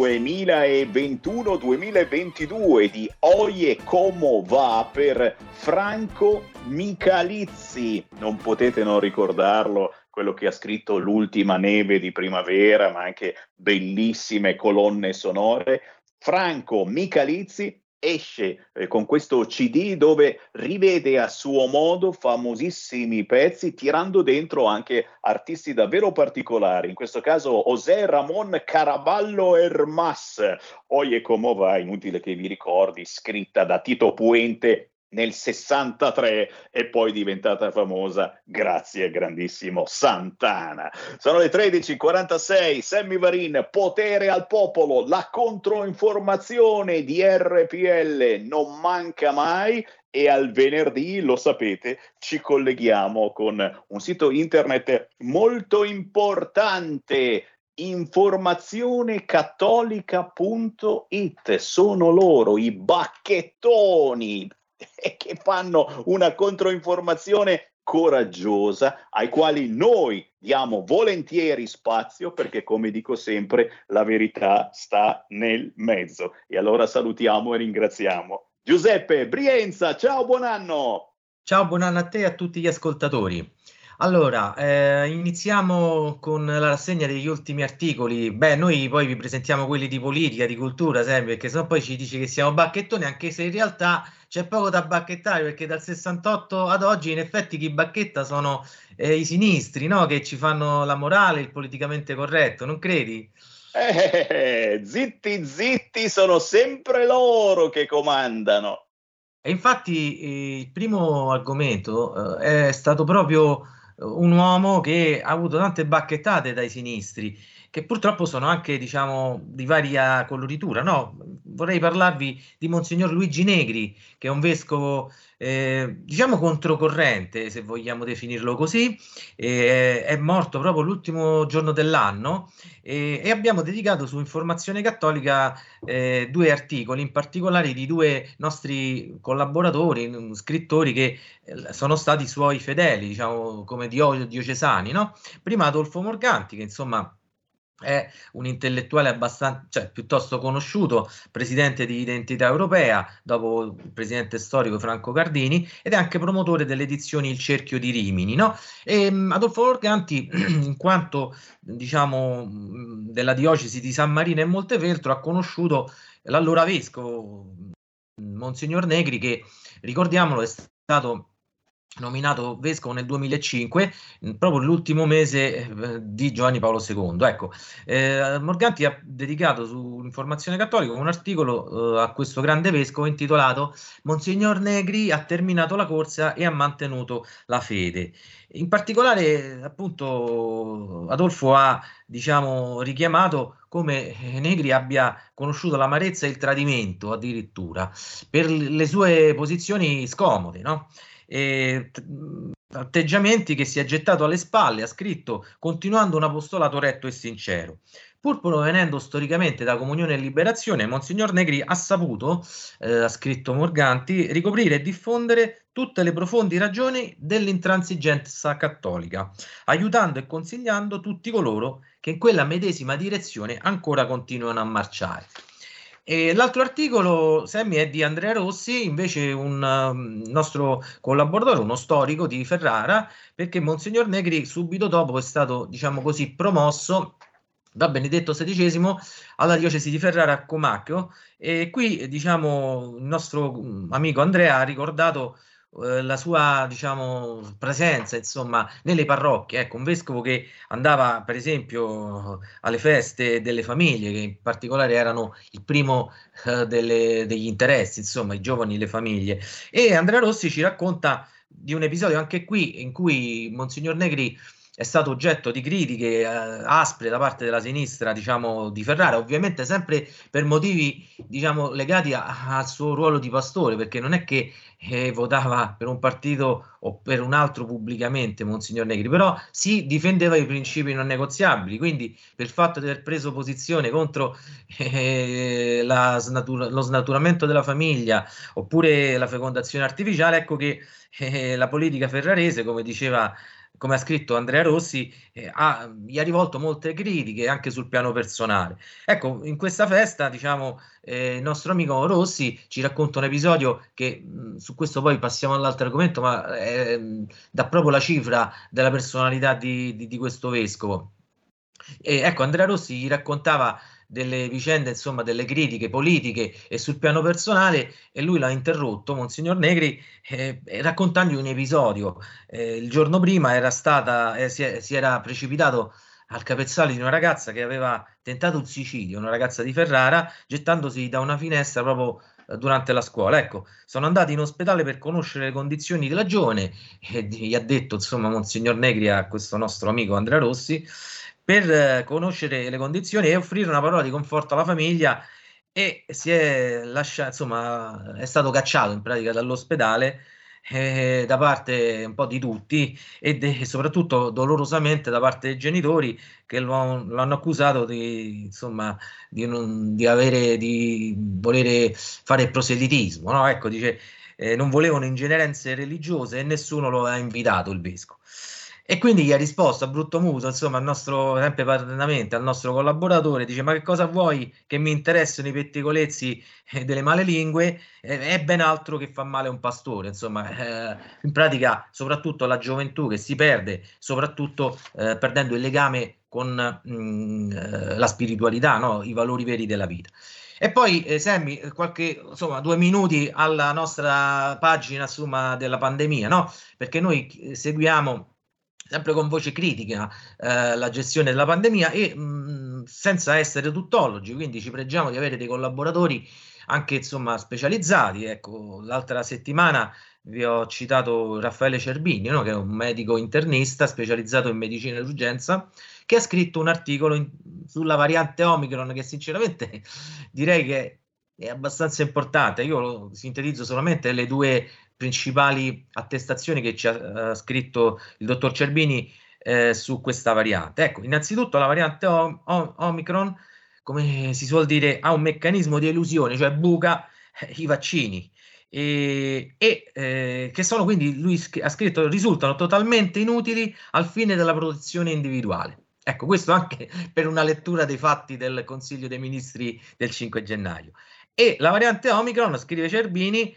2021-2022 di Oye Como Va per Franco Michalizzi. Non potete non ricordarlo, quello che ha scritto L'ultima neve di primavera, ma anche bellissime colonne sonore. Franco Michalizzi esce con questo CD dove rivede a suo modo famosissimi pezzi, tirando dentro anche artisti davvero particolari, in questo caso José Ramón Caraballo Hermás. Oye Como Va, inutile che vi ricordi, scritta da Tito Puente nel 63 e poi diventata famosa grazie al grandissimo Santana. Sono le 13:46, Sammy Varin, Potere al popolo, la controinformazione di RPL non manca mai, e al venerdì, lo sapete, ci colleghiamo con un sito internet molto importante, informazionecattolica.it. Sono loro i bacchettoni che fanno una controinformazione coraggiosa, ai quali noi diamo volentieri spazio, perché come dico sempre la verità sta nel mezzo. E allora salutiamo e ringraziamo Giuseppe Brienza. Ciao, buon anno. Ciao, buon anno a te e a tutti gli ascoltatori. Allora, iniziamo con la rassegna degli ultimi articoli. Beh, noi poi vi presentiamo quelli di politica, di cultura, sempre, perché sennò poi ci dici che siamo bacchettoni, anche se in realtà c'è poco da bacchettare, perché dal 68 ad oggi in effetti chi bacchetta sono i sinistri, no? Che ci fanno la morale, il politicamente corretto, non credi? Zitti, zitti, sono sempre loro che comandano. E infatti il primo argomento è stato proprio un uomo che ha avuto tante bacchettate dai sinistri, che purtroppo sono anche, diciamo, di varia coloritura, no? Vorrei parlarvi di Monsignor Luigi Negri, che è un vescovo, diciamo, controcorrente, se vogliamo definirlo così. È morto proprio l'ultimo giorno dell'anno e abbiamo dedicato su Informazione Cattolica 2 articoli, in particolare di 2 nostri collaboratori, scrittori che sono stati suoi fedeli, diciamo, come diocesani, no? Prima Adolfo Morganti, che insomma è un intellettuale abbastanza, cioè, piuttosto conosciuto, presidente di Identità Europea, dopo il presidente storico Franco Cardini, ed è anche promotore delle edizioni Il Cerchio di Rimini, no? E Adolfo Morganti, in quanto, diciamo, della diocesi di San Marino e Montefeltro, ha conosciuto l'allora vescovo Monsignor Negri, che, ricordiamolo, è stato nominato vescovo nel 2005, proprio l'ultimo mese di Giovanni Paolo II. Ecco, Morganti ha dedicato su Informazione Cattolica un articolo a questo grande vescovo intitolato Monsignor Negri ha terminato la corsa e ha mantenuto la fede. In particolare, appunto, Adolfo ha, diciamo, richiamato come Negri abbia conosciuto l'amarezza e il tradimento, addirittura, per le sue posizioni scomode, no? Atteggiamenti che si è gettato alle spalle, ha scritto, continuando un apostolato retto e sincero. Pur provenendo storicamente da Comunione e Liberazione, Monsignor Negri ha saputo, ha scritto Morganti, ricoprire e diffondere tutte le profonde ragioni dell'intransigenza cattolica, aiutando e consigliando tutti coloro che in quella medesima direzione ancora continuano a marciare. E l'altro articolo, Sammy, è di Andrea Rossi, invece un nostro collaboratore, uno storico di Ferrara, perché Monsignor Negri subito dopo è stato, diciamo così, promosso da Benedetto XVI alla diocesi di Ferrara a Comacchio, e qui, diciamo, il nostro amico Andrea ha ricordato la sua, diciamo, presenza, insomma, nelle parrocchie. Ecco, un vescovo che andava, per esempio, alle feste delle famiglie, che in particolare erano il primo degli interessi, insomma, i giovani, le famiglie. E Andrea Rossi ci racconta di un episodio anche qui in cui Monsignor Negri è stato oggetto di critiche aspre da parte della sinistra, diciamo, di Ferrara, ovviamente sempre per motivi, diciamo, legati al suo ruolo di pastore, perché non è che votava per un partito o per un altro pubblicamente Monsignor Negri, però si difendeva i principi non negoziabili, quindi per il fatto di aver preso posizione contro lo snaturamento della famiglia oppure la fecondazione artificiale, ecco che la politica ferrarese, come ha scritto Andrea Rossi, gli ha rivolto molte critiche anche sul piano personale. Ecco, in questa festa, diciamo, il nostro amico Rossi ci racconta un episodio che, su questo poi passiamo all'altro argomento, ma dà proprio la cifra della personalità di questo vescovo. Ecco, Andrea Rossi gli raccontava delle vicende, insomma, delle critiche politiche e sul piano personale, e lui l'ha interrotto, Monsignor Negri, raccontandogli un episodio. Il giorno prima si era precipitato al capezzale di una ragazza che aveva tentato un suicidio, una ragazza di Ferrara, gettandosi da una finestra proprio durante la scuola. Ecco, sono andati in ospedale per conoscere le condizioni della giovane, e gli ha detto, insomma, Monsignor Negri a questo nostro amico Andrea Rossi, per conoscere le condizioni e offrire una parola di conforto alla famiglia, e si è lasciato, insomma, è stato cacciato in pratica dall'ospedale da parte un po' di tutti e soprattutto dolorosamente da parte dei genitori, che lo hanno accusato di volere fare proselitismo, no? Ecco, dice, non volevano ingerenze religiose e nessuno lo ha invitato, il vescovo. E quindi gli ha risposto a brutto muso, insomma, sempre parallelamente al nostro collaboratore, dice: ma che cosa vuoi che mi interessano i pettegolezzi delle male lingue? È ben altro che fa male a un pastore. Insomma, in pratica, soprattutto la gioventù che si perde, soprattutto perdendo il legame con la spiritualità, no? I valori veri della vita. E poi, Sammy, 2 minuti alla nostra pagina, insomma, della pandemia, no? Perché noi seguiamo sempre con voce critica la gestione della pandemia e senza essere tuttologi, quindi ci pregiamo di avere dei collaboratori anche, insomma, specializzati. Ecco, l'altra settimana vi ho citato Raffaele Cerbini, no? Che è un medico internista specializzato in medicina d'urgenza, che ha scritto un articolo sulla variante Omicron, che sinceramente direi che è abbastanza importante. Io lo sintetizzo solamente le 2 principali attestazioni che ci ha scritto il dottor Cerbini su questa variante. Ecco, innanzitutto la variante Omicron, come si suol dire, ha un meccanismo di elusione, cioè buca i vaccini, che sono, quindi lui ha scritto, risultano totalmente inutili al fine della protezione individuale. Ecco, questo anche per una lettura dei fatti del Consiglio dei Ministri del 5 gennaio. E la variante Omicron, scrive Cerbini,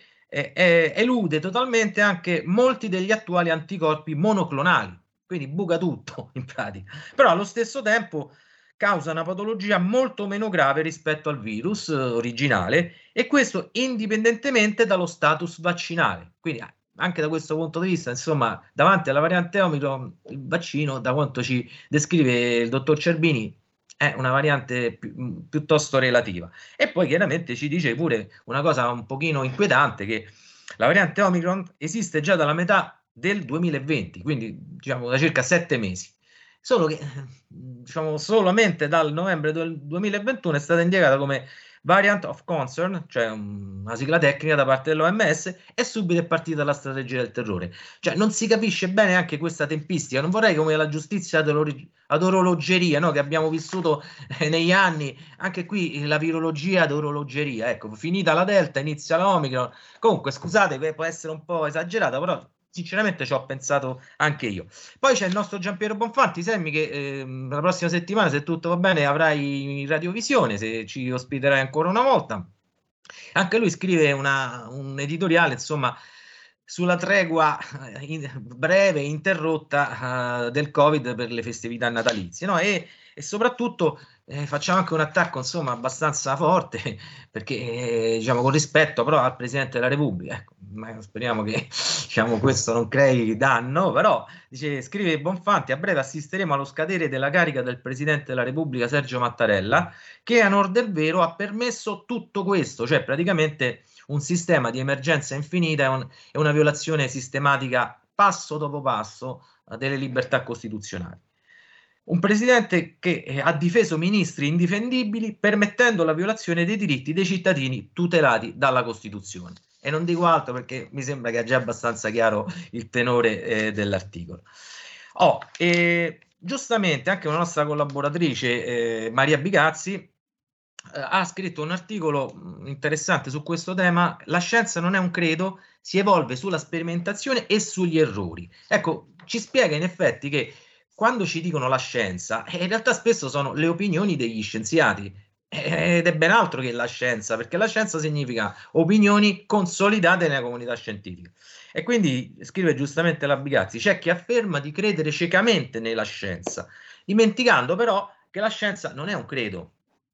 elude totalmente anche molti degli attuali anticorpi monoclonali, quindi buca tutto in pratica, però allo stesso tempo causa una patologia molto meno grave rispetto al virus originale, e questo indipendentemente dallo status vaccinale. Quindi anche da questo punto di vista, insomma, davanti alla variante Omicron, il vaccino, da quanto ci descrive il dottor Cerbini, è una variante piuttosto relativa. E poi chiaramente ci dice pure una cosa un pochino inquietante, che la variante Omicron esiste già dalla metà del 2020, quindi diciamo da circa 7 mesi. Solo che diciamo solamente dal novembre del 2021 è stata indicata come Variant of Concern, cioè una sigla tecnica da parte dell'OMS, e subito è partita la strategia del terrore. Cioè non si capisce bene anche questa tempistica. Non vorrei, come la giustizia ad orologeria, no? Che abbiamo vissuto negli anni, anche qui la virologia ad orologeria. Ecco, finita la Delta, inizia la Omicron. Comunque, scusate, può essere un po' esagerata, però sinceramente ci ho pensato anche io. Poi c'è il nostro Giampiero Bonfanti, Semmi, che la prossima settimana, se tutto va bene, avrai in radiovisione, se ci ospiterai ancora una volta. Anche lui scrive un editoriale, insomma, sulla tregua breve, interrotta del Covid per le festività natalizie, no? E soprattutto facciamo anche un attacco, insomma, abbastanza forte, perché diciamo con rispetto però al Presidente della Repubblica. Ecco, ma speriamo che diciamo questo non crei danno, però scrive Bonfanti: a breve assisteremo allo scadere della carica del Presidente della Repubblica Sergio Mattarella, che a onor del vero ha permesso tutto questo, cioè praticamente un sistema di emergenza infinita e una violazione sistematica passo dopo passo delle libertà costituzionali. Un presidente che ha difeso ministri indifendibili permettendo la violazione dei diritti dei cittadini tutelati dalla Costituzione. E non dico altro perché mi sembra che è già abbastanza chiaro il tenore dell'articolo. Giustamente anche una nostra collaboratrice, Maria Bicazzi, ha scritto un articolo interessante su questo tema. La scienza non è un credo, si evolve sulla sperimentazione e sugli errori. Ecco, ci spiega in effetti che quando ci dicono la scienza, in realtà spesso sono le opinioni degli scienziati, ed è ben altro che la scienza, perché la scienza significa opinioni consolidate nella comunità scientifica. E quindi, scrive giustamente la Bicazzi, c'è chi afferma di credere ciecamente nella scienza, dimenticando però che la scienza non è un credo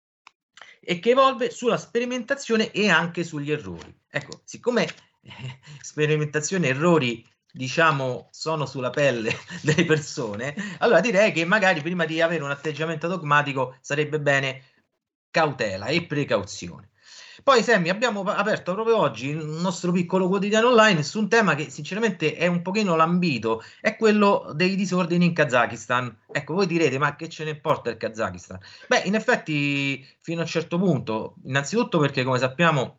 e che evolve sulla sperimentazione e anche sugli errori. Ecco, siccome sperimentazione e errori diciamo sono sulla pelle delle persone, allora direi che magari prima di avere un atteggiamento dogmatico sarebbe bene cautela e precauzione. Poi Sammy, abbiamo aperto proprio oggi il nostro piccolo quotidiano online su un tema che sinceramente è un pochino lambito, è quello dei disordini in Kazakistan. Ecco, voi direte, ma che ce ne importa il Kazakistan? Beh, in effetti fino a un certo punto, innanzitutto perché come sappiamo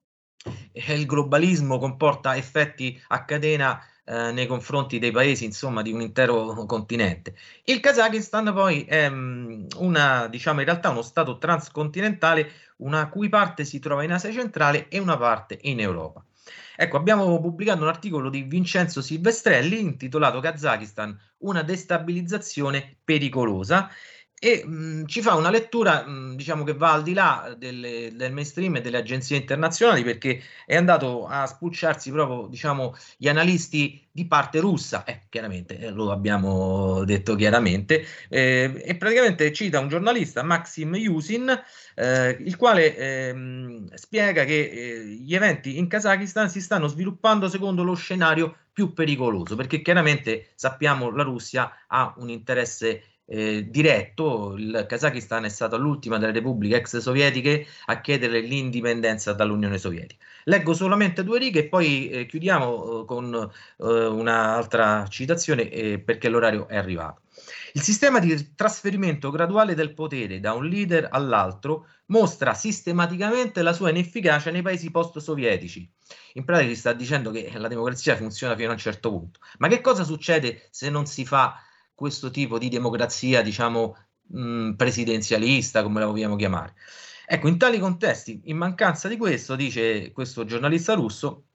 il globalismo comporta effetti a catena nei confronti dei paesi, insomma, di un intero continente. Il Kazakistan poi è in realtà uno stato transcontinentale, una cui parte si trova in Asia centrale e una parte in Europa. Ecco, abbiamo pubblicato un articolo di Vincenzo Silvestrelli intitolato Kazakistan, una destabilizzazione pericolosa, e ci fa una lettura diciamo che va al di là del mainstream e delle agenzie internazionali, perché è andato a spucciarsi proprio diciamo gli analisti di parte russa, chiaramente lo abbiamo detto chiaramente, e praticamente cita un giornalista, Maxim Yusin, il quale spiega che gli eventi in Kazakistan si stanno sviluppando secondo lo scenario più pericoloso, perché chiaramente sappiamo la Russia ha un interesse diretto. Il Kazakistan è stata l'ultima delle repubbliche ex sovietiche a chiedere l'indipendenza dall'Unione Sovietica. Leggo solamente 2 righe e poi chiudiamo con un'altra citazione perché l'orario è arrivato. Il sistema di trasferimento graduale del potere da un leader all'altro mostra sistematicamente la sua inefficacia nei paesi post-sovietici. In pratica si sta dicendo che la democrazia funziona fino a un certo punto. Ma che cosa succede se non si fa questo tipo di democrazia, diciamo, presidenzialista, come la vogliamo chiamare? Ecco, in tali contesti, in mancanza di questo, dice questo giornalista russo,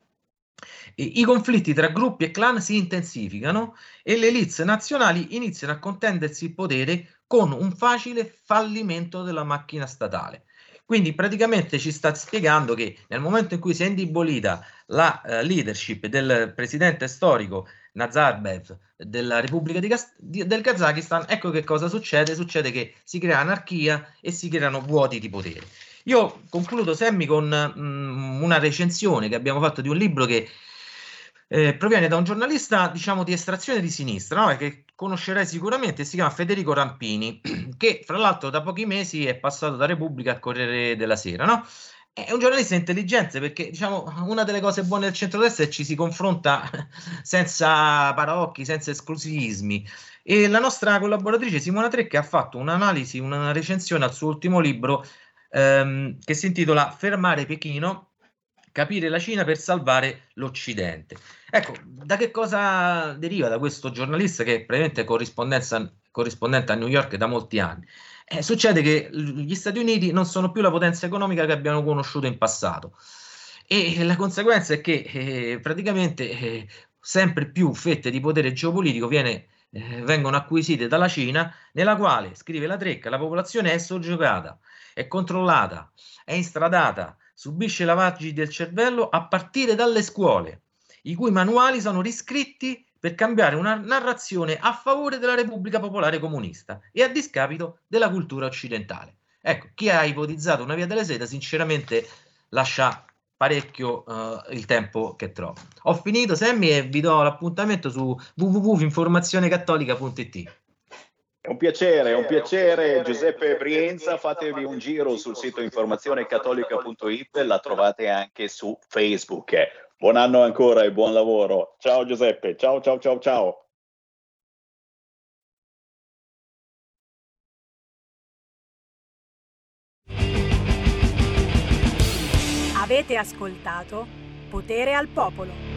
i conflitti tra gruppi e clan si intensificano e le elite nazionali iniziano a contendersi il potere con un facile fallimento della macchina statale. Quindi praticamente ci sta spiegando che nel momento in cui si è indebolita la leadership del presidente storico Nazarbayev della Repubblica del Kazakistan, ecco che cosa succede. Succede che si crea anarchia e si creano vuoti di potere. Io concludo, Sammy, con una recensione che abbiamo fatto di un libro che proviene da un giornalista, diciamo, di estrazione di sinistra, no? Che conoscerai sicuramente, si chiama Federico Rampini, che fra l'altro da pochi mesi è passato da Repubblica al Corriere della Sera, no? È un giornalista intelligente perché, diciamo, una delle cose buone del centrodestra è che ci si confronta senza paraocchi, senza esclusivismi. E la nostra collaboratrice Simona Trecche ha fatto un'analisi, una recensione al suo ultimo libro che si intitola Fermare Pechino, capire la Cina per salvare l'Occidente. Ecco, da che cosa deriva da questo giornalista che è praticamente corrispondente a New York da molti anni? Succede che gli Stati Uniti non sono più la potenza economica che abbiamo conosciuto in passato e la conseguenza è che praticamente sempre più fette di potere geopolitico vengono acquisite dalla Cina, nella quale, scrive la Trecca, la popolazione è soggiogata, è controllata, è instradata, subisce lavaggi del cervello a partire dalle scuole, i cui manuali sono riscritti per cambiare una narrazione a favore della Repubblica Popolare Comunista e a discapito della cultura occidentale. Ecco, chi ha ipotizzato una via della seta sinceramente lascia parecchio il tempo che trova. Ho finito, Sammy, e vi do l'appuntamento su www.informazionecattolica.it. È un piacere, Giuseppe Brienza, fatevi un giro sul sito informazionecattolica.it, la trovate anche su Facebook. Buon anno ancora e buon lavoro. Ciao Giuseppe, ciao. Avete ascoltato Potere al Popolo.